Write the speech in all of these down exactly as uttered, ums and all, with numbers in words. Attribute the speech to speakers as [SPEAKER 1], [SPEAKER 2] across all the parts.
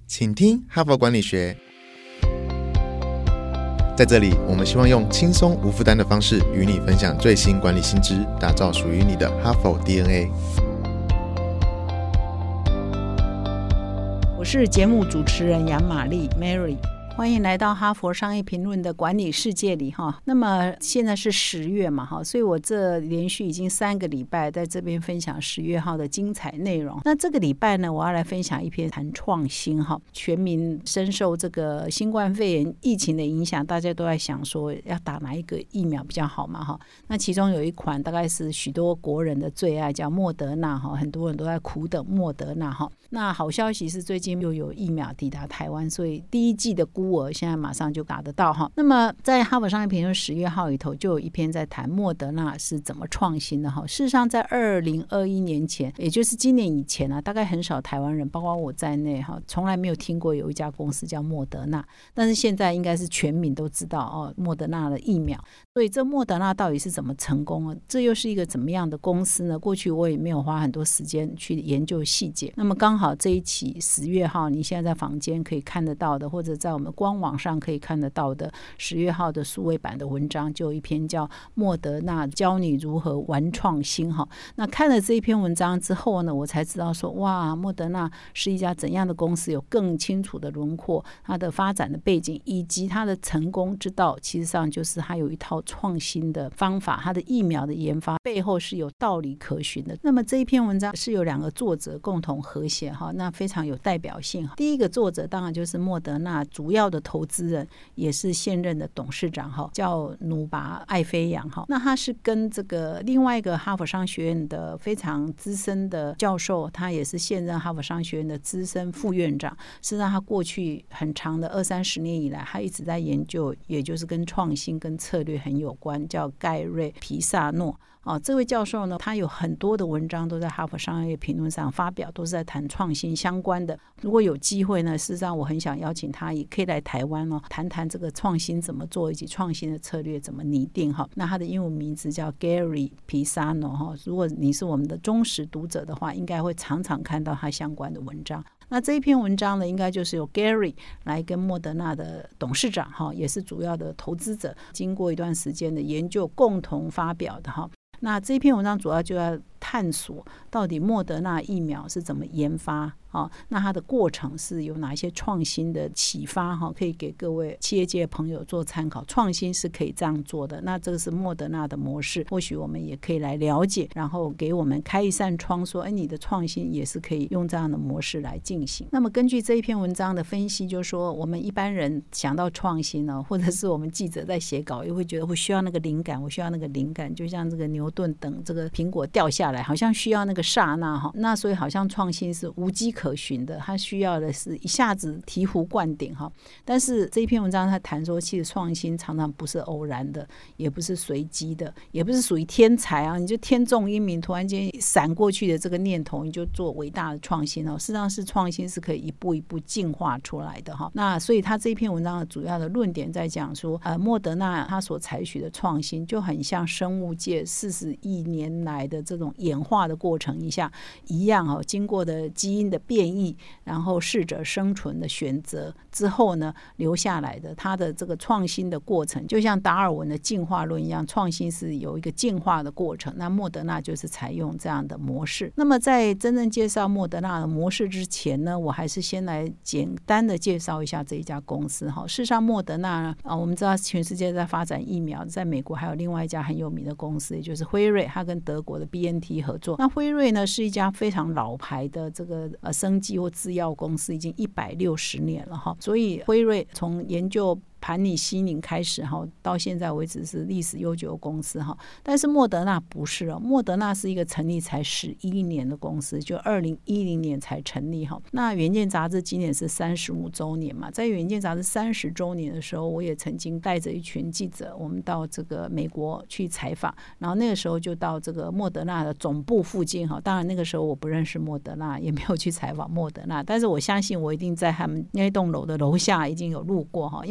[SPEAKER 1] 请听哈佛管理学。在这里，我们希望用轻松无负担的方式与你分享最新管理新知，打造属于你的哈佛 D N A。
[SPEAKER 2] 我是节目主持人杨玛丽 Mary，欢迎来到哈佛商业评论的管理世界里哈。那么现在是十月嘛哈，所以我这连续已经三个礼拜在这边分享十月号的精彩内容。那这个礼拜呢，我要来分享一篇谈创新哈。全民深受这个新冠肺炎疫情的影响，大家都在想说要打哪一个疫苗比较好嘛哈。那其中有一款大概是许多国人的最爱，叫莫德纳哈，很多人都在苦等莫德纳哈。那好消息是最近又有疫苗抵达台湾，所以第一剂的孤儿现在马上就打得到哈。那么在哈佛商业评论十月号里头就有一篇在谈莫德纳是怎么创新的哈。事实上在二零二一年前，也就是今年以前啊，大概很少台湾人，包括我在内哈，从来没有听过有一家公司叫莫德纳。但是现在应该是全民都知道哦，莫德纳的疫苗。所以这莫德纳到底是怎么成功的？这又是一个怎么样的公司呢？过去我也没有花很多时间去研究细节。那么刚好这一期十月号你现在在房间可以看得到的，或者在我们官网上可以看得到的十月号的数位版的文章，就有一篇叫莫德纳教你如何玩创新哈。那看了这一篇文章之后呢，我才知道说哇，莫德纳是一家怎样的公司，有更清楚的轮廓，它的发展的背景以及它的成功之道，其实上就是它有一套创新的方法，它的疫苗的研发背后是有道理可循的。那么这一篇文章是有两个作者共同合写哈，那非常有代表性。第一个作者当然就是莫德纳主要的投资人，也是现任的董事长哈，叫努拔艾菲扬哈。那他是跟这个另外一个哈佛商学院的非常资深的教授，他也是现任哈佛商学院的资深副院长，是让他过去很长的二三十年以来，他一直在研究，也就是跟创新跟策略很有关，叫盖瑞皮萨诺。哦，这位教授呢，他有很多的文章都在哈佛商业评论上发表，都是在谈创新相关的。如果有机会呢，事实上我很想邀请他，也可以来台湾哦，谈谈这个创新怎么做，以及创新的策略怎么拟定哈。那他的英文名字叫 Gary Pisano 哈，如果你是我们的忠实读者的话，应该会常常看到他相关的文章。那这一篇文章呢，应该就是由 Gary 来跟莫德纳的董事长哈，也是主要的投资者，经过一段时间的研究共同发表的哈。那这篇文章主要就要探索到底莫德纳疫苗是怎么研发啊？那它的过程是有哪一些创新的启发哈？可以给各位企业界朋友做参考。创新是可以这样做的，那这个是莫德纳的模式，或许我们也可以来了解，然后给我们开一扇窗，说哎，你的创新也是可以用这样的模式来进行。那么根据这一篇文章的分析，就是说我们一般人想到创新呢，或者是我们记者在写稿，也会觉得我需要那个灵感，我需要那个灵感，就像这个牛顿等这个苹果掉下来，好像需要那个刹那哈，那所以好像创新是无迹可寻的，它需要的是一下子醍醐灌顶哈。但是这一篇文章他谈说，其实创新常常不是偶然的，也不是随机的，也不是属于天才啊，你就天纵英明，突然间闪过去的这个念头，你就做伟大的创新哦。事实上是创新是可以一步一步进化出来的哈。那所以他这一篇文章的主要的论点在讲说，呃，莫德纳他所采取的创新就很像生物界四十亿年来的这种演化的过程一下一样哦，经过的基因的变异，然后适者生存的选择之后呢，留下来的它的这个创新的过程，就像达尔文的进化论一样，创新是有一个进化的过程。那莫德纳就是采用这样的模式。那么在真正介绍莫德纳的模式之前呢，我还是先来简单的介绍一下这一家公司哈。事实上莫德纳呢、啊，我们知道全世界在发展疫苗，在美国还有另外一家很有名的公司，也就是辉瑞，它跟德国的 B N T 合作。那辉瑞呢是一家非常老牌的这个呃生技或制药公司，已经一百六十年了哈。所以辉瑞从研究盘尼西林开始到现在为止是历史悠久的公司，但是莫德纳不是哦，莫德纳是一个成立才十一年的公司，就二零一零年才成立。那远见杂志今年是三十五周年嘛，在远见杂志三十周年的时候，我也曾经带着一群记者，我们到这个美国去采访，然后那个时候就到这个莫德纳的总部附近，当然那个时候我不认识莫德纳，也没有去采访莫德纳，但是我相信我一定在他们那栋楼的楼下已经有路过，因为 M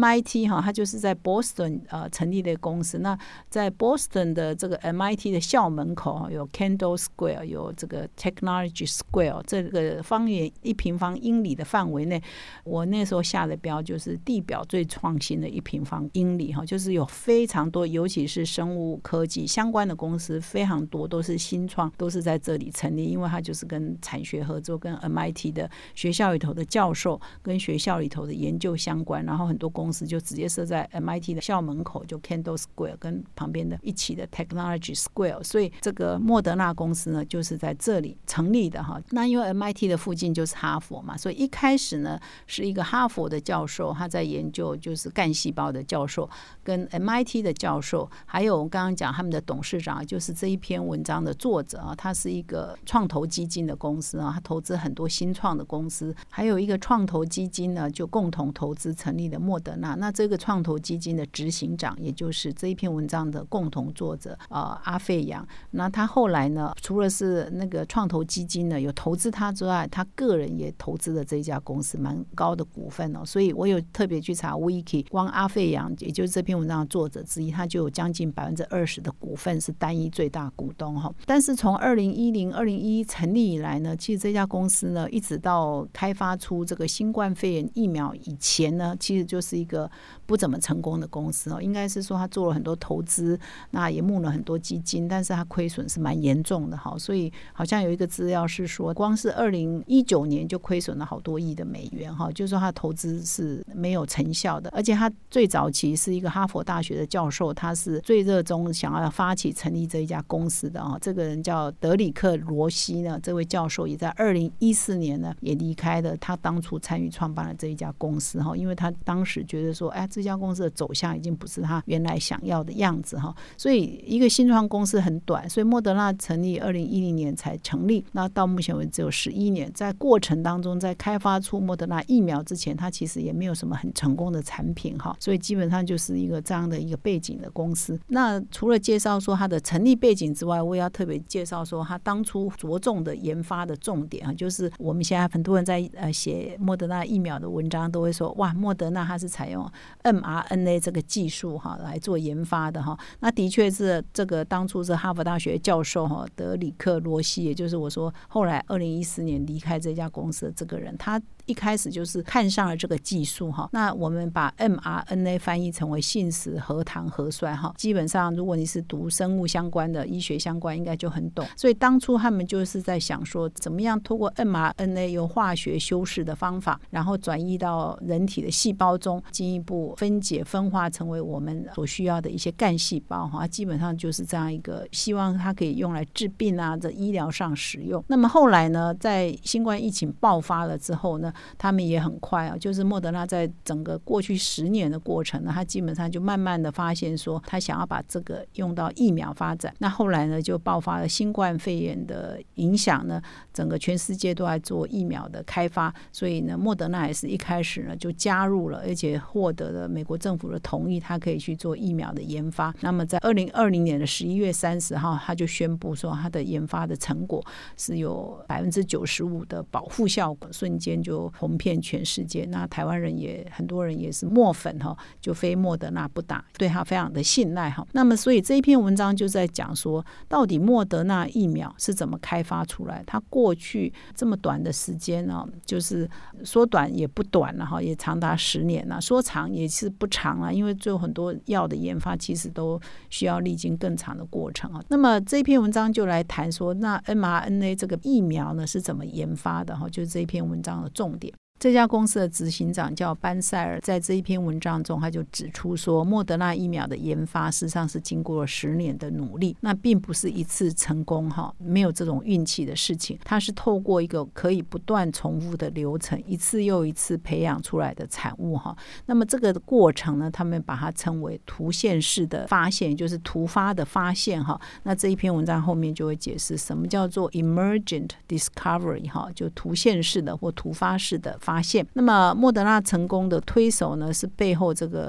[SPEAKER 2] I T 哈，它就是在 Boston 呃成立的公司。那在 Boston 的这个 M I T 的校门口有 Kendall Square， 有这个 Technology Square， 这个方圆一平方英里的范围内，我那时候下的标就是地表最创新的一平方英里哈，就是有非常多，尤其是生物科技相关的公司非常多，都是新创，都是在这里成立，因为它就是跟产学合作，跟 M I T 的学校里头的教授跟学校里头的研究相关，然后很多公司就直接设在 M I T 的校门口，就 Kendall Square 跟旁边的一起的 Technology Square， 所以这个莫德纳公司呢就是在这里成立的哈。那因为 M I T 的附近就是哈佛嘛，所以一开始呢是一个哈佛的教授，他在研究就是干细胞的教授，跟 M I T 的教授，还有我刚刚讲他们的董事长，就是这一篇文章的作者啊，他是一个创投基金的公司啊，他投资很多新创的公司，还有一个创投基金呢就共同投资成立了莫德纳。那这个创投基金的执行长，也就是这一篇文章的共同作者呃阿费扬，那他后来呢除了是那个创投基金呢有投资他之外，他个人也投资了这一家公司蛮高的股份哦。所以我有特别去查 Wiki， 光阿费扬也就是这篇文章的作者之一，他就有将近百分之二十的股份是单一最大股东哈。但是从二零一零、二零一一成立以来呢，其实这家公司呢一直到开发出这个新冠肺炎疫苗以前呢，其实就是一个不怎么成功的公司哦。应该是说他做了很多投资，那也募了很多基金，但是他亏损是蛮严重的哈。所以好像有一个资料是说，光是二零一九年就亏损了好多亿的美元哈，就是说他投资是没有成效的。而且他最早期是一个哈佛大学的教授，他是最热衷想要发起成立这一家公司的啊。这个人叫德里克·罗西呢，这位教授也在二零一四年呢也离开了他当初参与创办了这一家公司哈，因为他当时觉得说，哎，这家公司的走向已经不是他原来想要的样子哈。所以一个新创公司很短，所以莫德纳成立二零一零年才成立，那到目前为止只有十一年。在过程当中，在开发出莫德纳疫苗之前，它其实也没有什么很成功的产品哈，所以基本上就是一个这样的一个背景的公司。那除了介绍说它的成立背景之外，我也要特别介绍说它当初着重的研发的重点啊，就是我们现在很多人在呃写莫德纳疫苗的文章都会说，哇，莫德纳它是采用 M R N A 这个技术哈来做研发的哈。那的确是这个当初是哈佛大学教授哈德里克·罗西，也就是我说后来二零一四年离开这家公司的这个人，他一开始就是看上了这个技术哈。那我们把 M R N A 翻译成为信使核糖核酸哈，基本上如果你是读生物相关的、医学相关，应该就很懂。所以当初他们就是在想说，怎么样透过 M R N A 用化学修饰的方法，然后转移到人体的细胞中，进一步分解分化成为我们所需要的一些干细胞哈。基本上就是这样一个，希望它可以用来治病啊，在医疗上使用。那么后来呢，在新冠疫情爆发了之后呢，他们也很快啊，就是莫德纳在整个过去十年的过程呢，他基本上就慢慢的发现说，他想要把这个用到疫苗发展。那后来呢，就爆发了新冠肺炎的影响呢，整个全世界都在做疫苗的开发，所以呢，莫德纳也是一开始呢就加入了，而且获得了美国政府的同意，他可以去做疫苗的研发。那么在二零二零年的十一月三十号，他就宣布说，他的研发的成果是有百分之九十五的保护效果，瞬间就红遍全世界。那台湾人也很多人也是墨粉哈，就非莫德纳不打，对他非常的信赖哈。那么所以这一篇文章就在讲说，到底莫德纳疫苗是怎么开发出来？它过去这么短的时间呢，就是说短也不短了哈，也长达十年了；说长也是不长了，因为最后很多药的研发其实都需要历经更长的过程啊。那么这篇文章就来谈说，那 M R N A 这个疫苗呢是怎么研发的哈，就是这篇文章的重点。这家公司的执行长叫班塞尔，在这一篇文章中他就指出说，莫德纳疫苗的研发事实上是经过了十年的努力，那并不是一次成功哈，没有这种运气的事情，它是透过一个可以不断重复的流程，一次又一次培养出来的产物哈。那么这个过程呢，他们把它称为突现式的发现，就是突发的发现哈。那这一篇文章后面就会解释什么叫做 emergent discovery 哈，就突现式的或突发式的发现。那么莫德纳成功的推手呢，是背后这个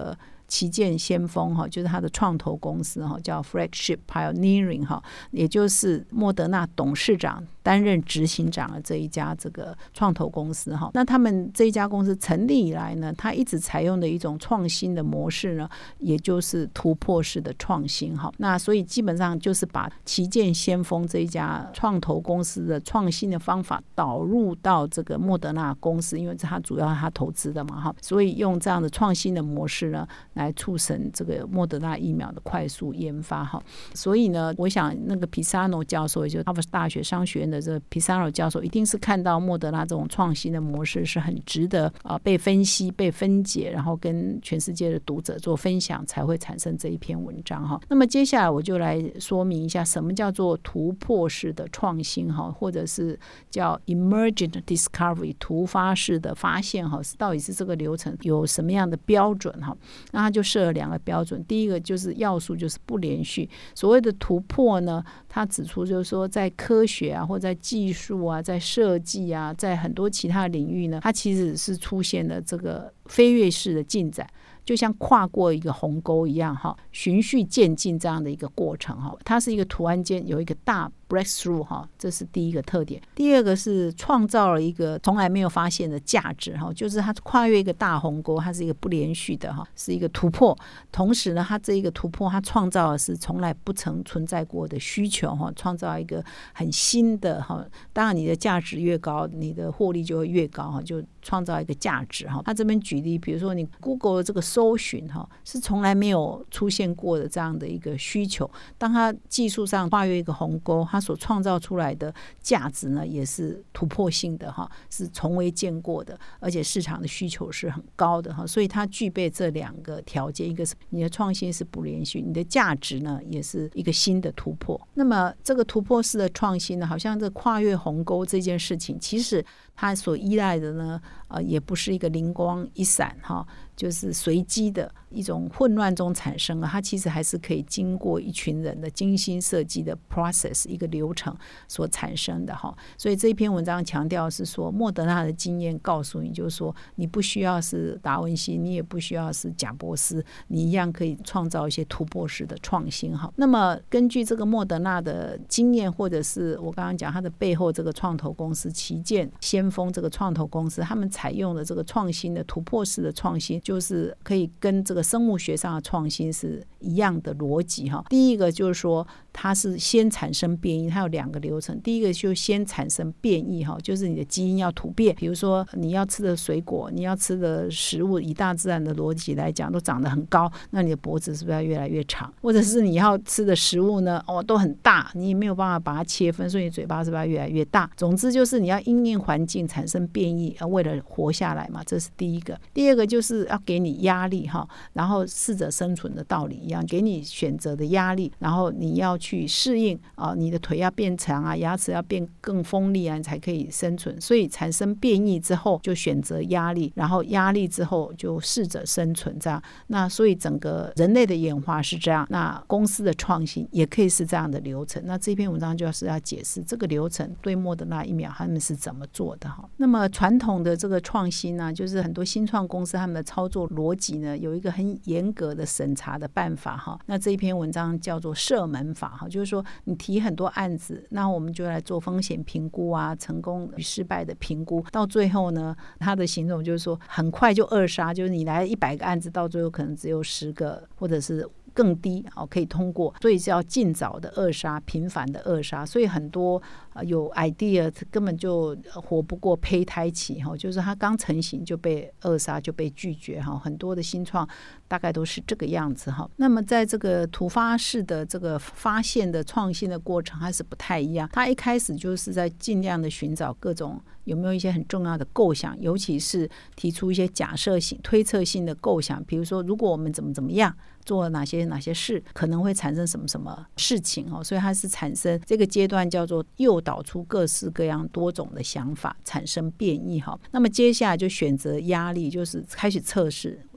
[SPEAKER 2] 旗舰先锋哈，就是它的创投公司哈，叫 Flagship Pioneering 哈，也就是莫德纳董事长担任执行长的这一家这个创投公司哈。那他们这一家公司成立以来呢，它一直采用的一种创新的模式呢，也就是突破式的创新哈。那所以基本上就是把旗舰先锋这一家创投公司的创新的方法导入到这个莫德纳公司，因为它主要它投资的嘛哈，所以用这样的创新的模式呢，来促成这个莫德纳疫苗的快速研发哈。所以呢，我想那个皮萨诺教授，也就是哈佛大学商学院的这个皮萨诺教授，一定是看到莫德纳这种创新的模式是很值得啊被分析、被分解，然后跟全世界的读者做分享，才会产生这一篇文章哈。那么接下来我就来说明一下什么叫做突破式的创新哈，或者是叫 emergent discovery 突发式的发现哈，到底是这个流程有什么样的标准哈？那他就设了两个标准，第一个就是要素就是不连续。所谓的突破呢，他指出就是说在科学啊，或在技术啊，在设计啊，在很多其他领域呢，它其实是出现了这个飞跃式的进展，就像跨过一个鸿沟一样哈，循序渐进这样的一个过程哈，它是一个突然间有一个大 breakthrough 哈，这是第一个特点。第二个是创造了一个从来没有发现的价值哈，就是它跨越一个大鸿沟，它是一个不连续的哈，是一个突破。同时呢，它这一个突破，它创造的是从来不曾存在过的需求哈，创造一个很新的哈。当然，你的价值越高，你的获利就会越高哈，就创造一个价值哈。他这边举例，比如说你 Google 的这个搜寻哈，是从来没有出现过的这样的一个需求。当它技术上跨越一个鸿沟，它所创造出来的价值呢，也是突破性的哈，是从未见过的，而且市场的需求是很高的哈，所以它具备这两个条件：一个是你的创新是不连续，你的价值呢也是一个新的突破。那么这个突破式的创新呢，好像这跨越鸿沟这件事情，其实它所依赖的呢，呃，也不是一个灵光一闪哈，就是随机的一种混乱中产生啊，它其实还是可以经过一群人的精心设计的 process 一个流程所产生的哈。所以这一篇文章强调是说，莫德纳的经验告诉你，就是说你不需要是达文西，你也不需要是贾伯斯，你一样可以创造一些突破式的创新哈。那么根据这个莫德纳的经验，或者是我刚刚讲它的背后这个创投公司旗舰先锋这个创投公司，他们采用的这个创新的突破式的创新，就是可以跟这个生物学上的创新是一样的逻辑哈。第一个就是说，它是先产生变异，它有两个流程。第一个就先产生变异哈，就是你的基因要突变。比如说你要吃的水果，你要吃的食物，以大自然的逻辑来讲，都长得很高，那你的脖子是不是要越来越长？或者是你要吃的食物呢，哦，都很大，你也没有办法把它切分，所以你嘴巴是不是要越来越大？总之就是你要因应环境产生变异，为了活下来嘛，这是第一个。第二个就是要给你压力哈，然后适者生存的道理一样，给你选择的压力，然后你要去适应啊，你的腿要变长啊，牙齿要变更锋利啊，你才可以生存。所以产生变异之后就选择压力，然后压力之后就适者生存这样。那所以整个人类的演化是这样，那公司的创新也可以是这样的流程。那这篇文章就是要解释这个流程对莫德纳疫苗他们是怎么做的哈。那么传统的这个创新呢，就是很多新创公司他们的操作逻辑呢，有一个很严格的审查的办法哈。那这一篇文章叫做射门法哈，就是说你提很多案子，那我们就来做风险评估啊，成功与失败的评估，到最后呢，它的形容就是说很快就扼杀，就是你来一百个案子，到最后可能只有十个或者是更低可以通过，所以是要尽早的扼杀，频繁的扼杀。所以很多有 idea 根本就活不过胚胎期，就是它刚成型就被扼杀，就被拒绝。很多的新创大概都是这个样子。那么在这个突发式的这个发现的创新的过程还是不太一样，它一开始就是在尽量的寻找各种有没有一些很重要的构想，尤其是提出一些假设性推测性的构想，比如说如果我们怎么怎么样做了哪些哪些事，可能会产生什么什么事情。所以它是产生这个阶段叫做诱导出各式各样多种的想法，产生变异。那么接下来就选择压力，就是开始测试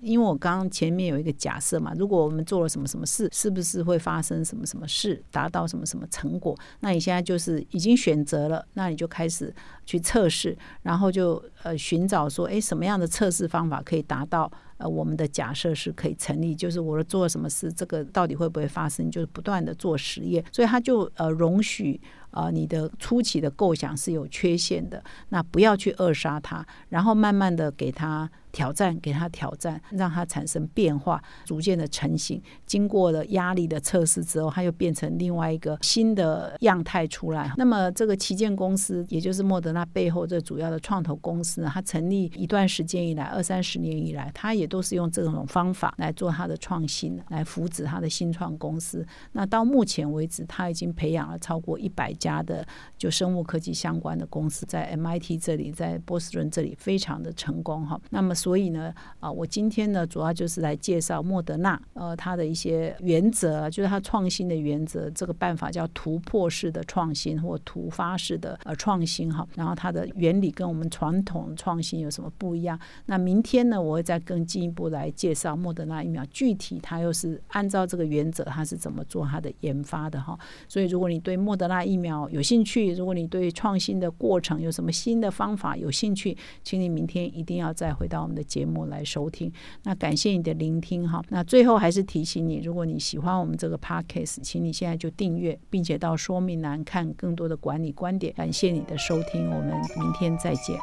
[SPEAKER 2] 因为我刚刚前面有一个假设嘛，如果我们做了什么什么事，是不是会发生什么什么事，达到什么什么成果？那你现在就是已经选择了，那你就开始去测试，然后就呃寻找说，哎，什么样的测试方法可以达到呃我们的假设是可以成立，就是我做了什么事，这个到底会不会发生，就是不断的做实验，所以他就呃容许呃你的初期的构想是有缺陷的，那不要去扼杀它，然后慢慢的给它挑战，给它挑战，让它产生变化，逐渐的成型。经过了压力的测试之后，它又变成另外一个新的样态出来。那么这个旗舰公司，也就是莫德纳背后这主要的创投公司呢，它成立一段时间以来，二三十年以来，它也都是用这种方法来做它的创新，来扶植它的新创公司。那到目前为止，它已经培养了超过一百家的就生物科技相关的公司，在 M I T 这里，在波士顿这里非常的成功哈。那么所以呢，啊，我今天呢主要就是来介绍莫德纳，呃，它的一些原则，就是它创新的原则。这个办法叫突破式的创新或突发式的呃创新哈。然后它的原理跟我们传统创新有什么不一样？那明天呢，我会再更进一步来介绍莫德纳疫苗，具体它又是按照这个原则，它是怎么做它的研发的哈。所以如果你对莫德纳疫苗有兴趣，如果你对创新的过程有什么新的方法有兴趣，请你明天一定要再回到我们的节目来收听。那感谢你的聆听哈。那最后还是提醒你，如果你喜欢我们这个 podcast， 请你现在就订阅，并且到说明栏看更多的管理观点。感谢你的收听，我们明天再见。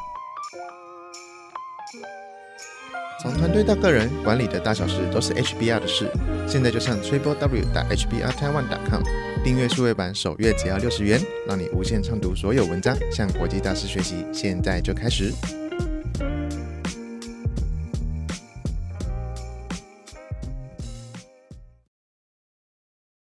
[SPEAKER 1] 从团队到个人，管理的大小事都是 H B R 的事。现在就上 triple w 点 h b r taiwan 点 com 订阅数位版，首月只要六十元，让你无限畅读所有文章，向国际大师学习。现在就开始。